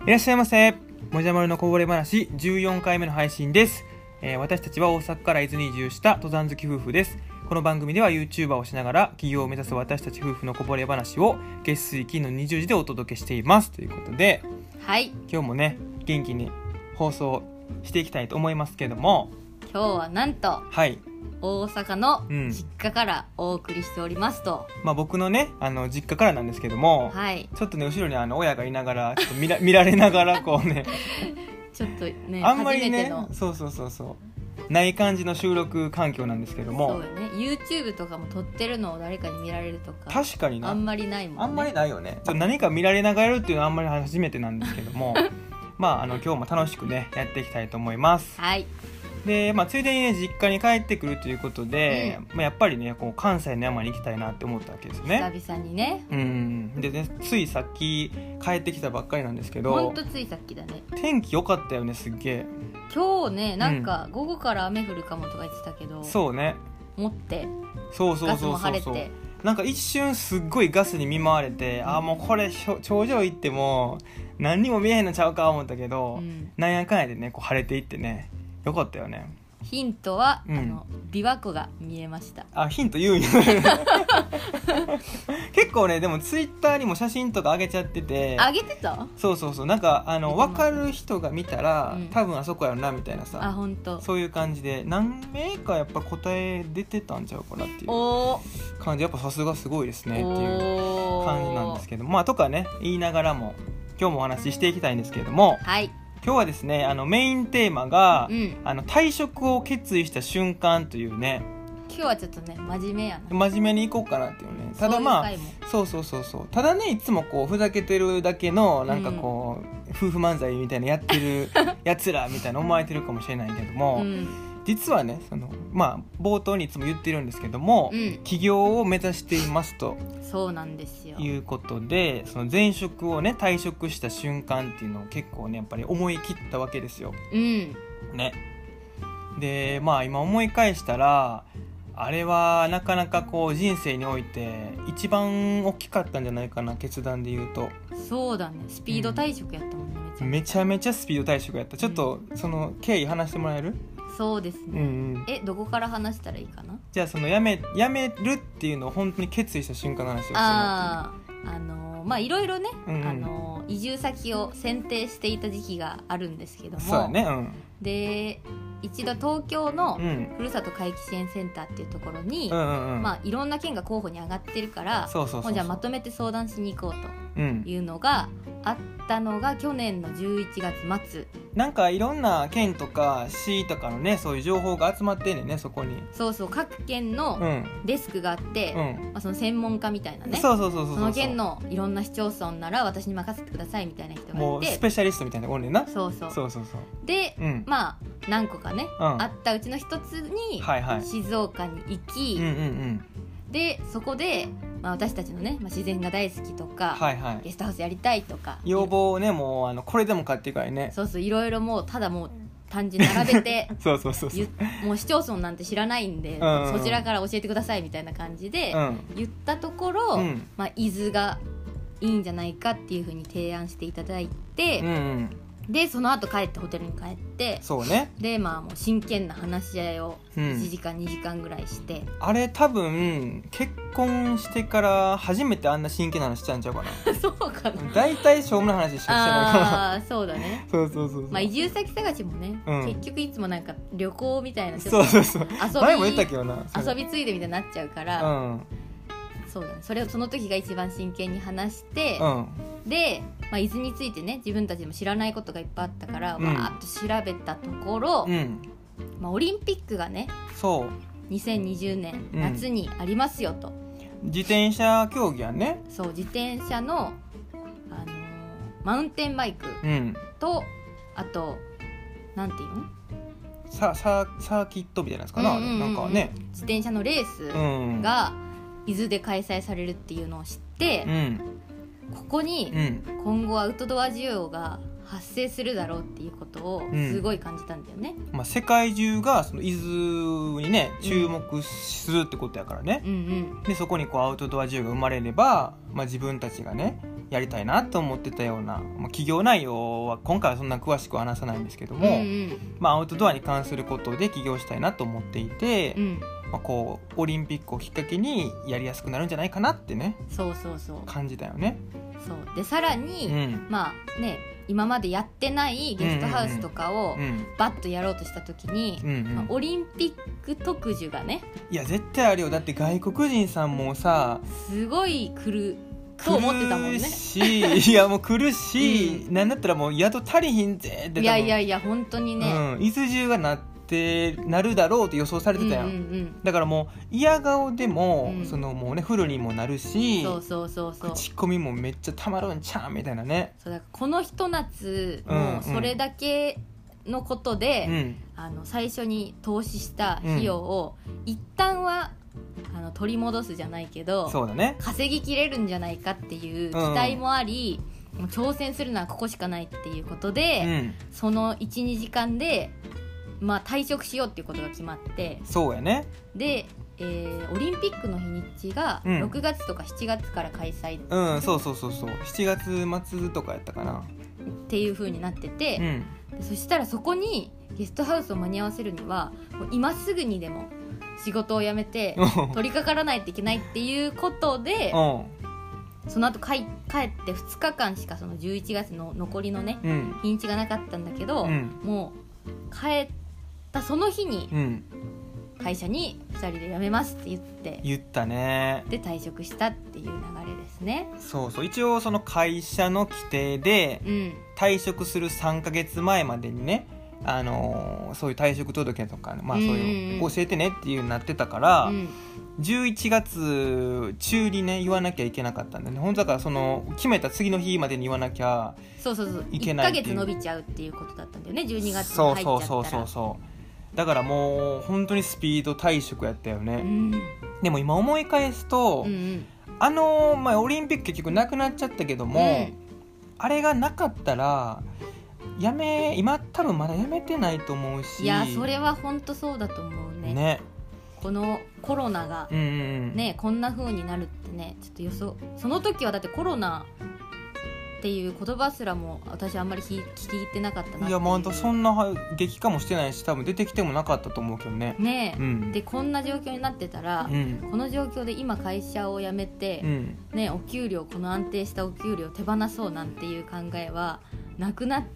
いらっしゃいませ。もじゃまるのこぼれ話14回目の配信です。私たちは大阪から伊豆に移住した登山好き夫婦です。この番組では YouTuber をしながら起業を目指す私たち夫婦のこぼれ話を月水金の20時でお届けしていますということで、 はい、 今日もね元気に放送していきたいと思いますけども、 今日はなんと、 はい、 大阪の実家からお送りしておりますと、 僕のね実家からなんですけども、 はい、 ちょっとね後ろに親がいながらちょっと見られながらこうねちょっとねあんまりね初めてのそうない感じの収録環境なんですけども、 そうよね、 YouTube とかも撮ってるのを誰かに見られるとか確かになあんまりないもんね。 あんまりないよね。ちょっと何か見られながらやるっていうのはあんまり初めてなんですけども今日も楽しくねやっていきたいと思います。 はい。 で、ついでにね実家に帰ってくるということで、やっぱりねこう関西の山に行きたいなって思ったわけですね。 久々にね。 でね、ついさっき帰ってきたばっかりなんですけど、 ほんとついさっきだね。 天気良かったよね、すっげえ。 今日ね、なんか午後から雨降るかもとか言ってたけど、 そうね、 持ってそうガスも晴れて、 なんか一瞬すっごいガスに見舞われて、もうこれ頂上行っても何にも見えへんのちゃうか思ったけど、なんやかんやでねこう晴れていってねよかったよね。 ヒントは、琵琶湖が見えました。 ヒント言うんや結構ね、でもツイッターにも写真とか上げちゃってて。 上げてた？ そうなんか分かる人が見たら、多分あそこやろなみたいなさ、 本当。そういう感じで何名かやっぱ答え出てたんちゃうかなっていう感じ。やっぱさすがすごいですねっていう感じなんですけど、とかね言いながらも今日もお話ししていきたいんですけれども、 はい、 今日はですねメインテーマが、退職を決意した瞬間というね。 今日はちょっとね真面目やな。 真面目にいこうかなっていうね。ただそうただね、いつもこうふざけてるだけのなんかこう、夫婦漫才みたいなやってるやつらみたいな思われてるかもしれないけども、実はね冒頭にいつも言ってるんですけども、起業を目指していますと。 そうなんですよ。 いうことで、その前職をね退職した瞬間っていうのを結構ねやっぱり思い切ったわけですよ。ね。で今思い返したら、あれはなかなかこう人生において一番大きかったんじゃないかな、決断で言うと。そうだね、 スピード退職やったもんね、 めちゃめちゃスピード退職やった。ちょっとその経緯話してもらえる？ そうですね、どこから話したらいいかな。 じゃあその辞めるっていうのを本当に決意した瞬間の話をしてもらっていい？ いろいろね、移住先を選定していた時期があるんですけども、 そうだね、 で一度東京のふるさと回帰支援センターっていうところに、いろんな県が候補に上がってるから、もうじゃあまとめて相談しに行こうというのがあったのが去年の11月末。 なんかいろんな県とか市とかのねそういう情報が集まってんねんね、そこに。 そう各県のデスクがあって、その専門家みたいなね、 その県のいろんな市町村なら私に任せてくださいみたいな人がいて、 もうスペシャリストみたいなおんねんな。そうで、何個かね、あったうちの一つに静岡に行き、でそこで、私たちのね、自然が大好きとか、ゲストハウスやりたいとか要望をねもうこれでもかっていうからね。 いろいろもうただもう単純に並べてもう市町村なんて知らないんで、そちらから教えてくださいみたいな感じで言ったところ、伊豆がいいんじゃないかっていう風に提案していただいて、でその後帰ってホテルに帰って、でもう真剣な話し合いを1時間、2時間ぐらいして、 あれ多分結婚してから初めてあんな真剣な話しちゃうんちゃうかなそうかな。 大体しょうもない話しかしてないからそうだね。移住先探しもね、結局いつもなんか旅行みたいな、ちょっと前も言ったけどな、 遊びついでみたいになっちゃうから、そうだね、その時が一番真剣に話して、で、伊豆についてね自分たちでも知らないことがいっぱいあったから、わーっと調べたところ、オリンピックがね2020年夏にありますよと。 自転車競技やね。 自転車の、マウンテンバイクと、あとなんていうの、 サーキットみたいなやつかな、なんかね自転車のレースが伊豆で開催されるっていうのを知って、ここに今後アウトドア需要が発生するだろうっていうことをすごい感じたんだよね、 世界中がその伊豆にね注目するってことやからね、でそこにこうアウトドア需要が生まれれば、自分たちがねやりたいなと思ってたような、企業内容は今回はそんな詳しくは話さないんですけども、アウトドアに関することで起業したいなと思っていて、こうオリンピックをきっかけにやりやすくなるんじゃないかなってね、感じたよね。 そうでさらに、今までやってないゲストハウスとかをバッとやろうとした時に、オリンピック特需がね、 いや絶対あるよ。だって外国人さんもさすごい来ると思ってたもんね。 いやもう来るし、なんだったらもう宿足りひんぜって。 いや本当にね、 伊豆中がなるだろうって予想されてたやん、だからもう嫌顔でも、そのもうねフルにもなるし、口コミもめっちゃたまるんちゃうみたいなね。 そうだからこのひと夏もそれだけのことで、最初に投資した費用を一旦は取り戻すじゃないけど、 そうだね、 稼ぎきれるんじゃないかっていう期待もあり、挑戦するのはここしかないっていうことで、その 1,2 時間で退職しようっていうことが決まって、 そうやね。 で、オリンピックの日にちが6月とか7月から開催、 そう7月末とかやったかなっていう風になってて、でそしたらそこにゲストハウスを間に合わせるにはもう今すぐにでも仕事を辞めて取り掛からないといけないっていうことでその後帰って2日間しかその11月の残りのね、日にちがなかったんだけど、もう帰ったその日に会社に2人で辞めますって言ったね。 で退職したっていう流れですね。 そう一応その会社の規定で、退職する3ヶ月前までにね、そういう退職届とか、そういう教えてねっていう風になってたから、11月中にね言わなきゃいけなかったんだね。本当だからその決めた次の日までに言わなきゃいけないっていう。 1ヶ月伸びちゃうっていうことだったんだよね、12月に入っちゃったら。 そうだからもう本当にスピード退職やったよね、でも今思い返すと、オリンピック結局なくなっちゃったけども、あれがなかったら今多分まだ辞めてないと思うし。 いやそれは本当そうだと思うね。このコロナが、こんな風になるってね、ちょっとその時はだってコロナっていう言葉すらも私あんまり聞いてなかったなっていう。 いやそんな激化もしてないし多分出てきてもなかったと思うけどね。 でこんな状況になってたら、この状況で今会社を辞めて、お給料この安定したお給料手放そうなんていう考えはなくなって、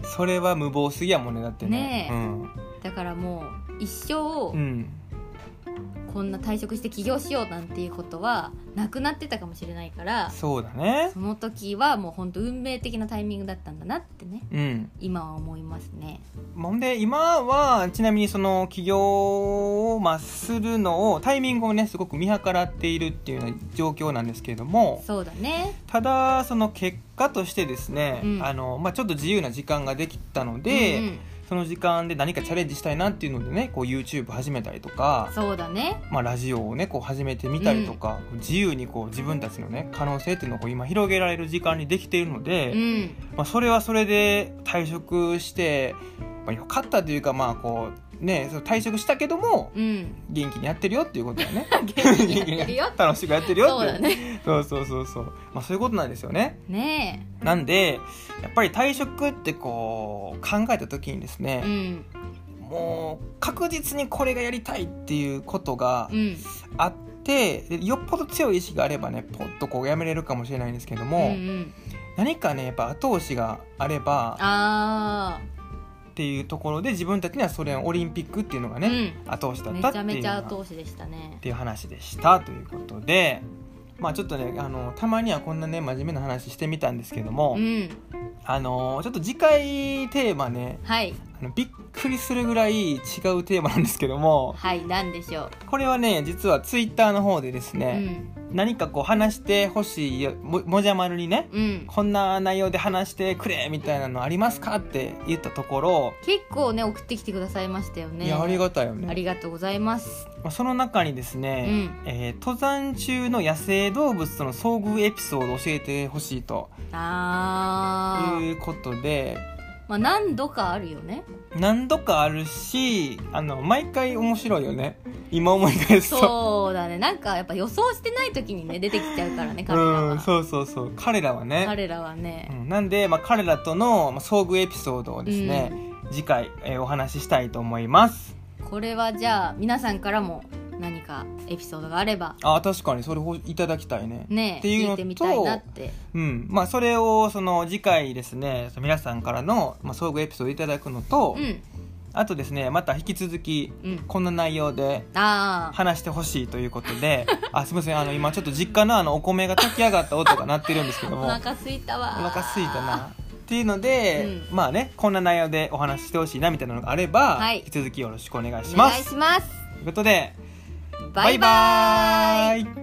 それは無謀すぎやもんね。だってね、 だからもう一生、こんな退職して起業しようなんていうことはなくなってたかもしれないから、 そうだね、 その時はもう本当運命的なタイミングだったんだなってね、今は思いますね。 ほんで今はちなみにその起業をするのをタイミングをねすごく見計らっているっていうような状況なんですけれども、 そうだね。 ただその結果としてですね、ちょっと自由な時間ができたので、その時間で何かチャレンジしたいなっていうのでね、こう YouTube 始めたりとか、 そうだね、 ラジオをねこう始めてみたりとか、自由にこう自分たちのね可能性っていうのをこう今広げられる時間にできているので、それはそれで退職して、よかったというかこうね、退職したけども、元気にやってるよっていうことだね。 元気にやってるよ楽しくやってるよって。 そうだね。 そうそういうことなんですよね。 ねえ。なんでやっぱり退職ってこう考えた時にですね、もう確実にこれがやりたいっていうことがあって、よっぽど強い意志があればねポッとこうやめれるかもしれないんですけども、何かねやっぱ後押しがあればっていうところで、自分たちにはそれオリンピックっていうのがね、後押しだったっていうめちゃめちゃ後押しでしたねっていう話でしたということで、ちょっとねたまにはこんなね真面目な話してみたんですけども、ちょっと次回テーマね、びっくりするぐらい違うテーマなんですけども、 何でしょう。 これはね実はツイッターの方でですね、 何かこう話してほしいもじゃまるにね、こんな内容で話してくれみたいなのありますかって言ったところ、 結構ね送ってきてくださいましたよね。 いやありがたいよね。 ありがとうございます。 その中にですね、登山中の野生動物との遭遇エピソードを教えてほしいということで、 何度かあるよね。 何度かあるし、毎回面白いよね、今思い返すと。 そうだね、なんかやっぱ予想してない時にね出てきちゃうからね、彼らは。 そう彼らはね、なんで、彼らとの遭遇エピソードをですね、次回、お話ししたいと思います。 これはじゃあ皆さんからも何かエピソードがあれば、 確かにそれをいただきたいねっていうのと、聞いてみたいなって、 それをその次回ですね、皆さんからの遭遇エピソードいただくのと、あとですね、また引き続きこんな内容で話してほしいということで、すみません、今ちょっと実家のお米が炊き上がった音が鳴ってるんですけども、 お腹すいたわ。 お腹すいたなっていうので、こんな内容でお話ししてほしいなみたいなのがあれば、引き続きよろしくお願いします。 お願いします。 ということで、 バイバーイ。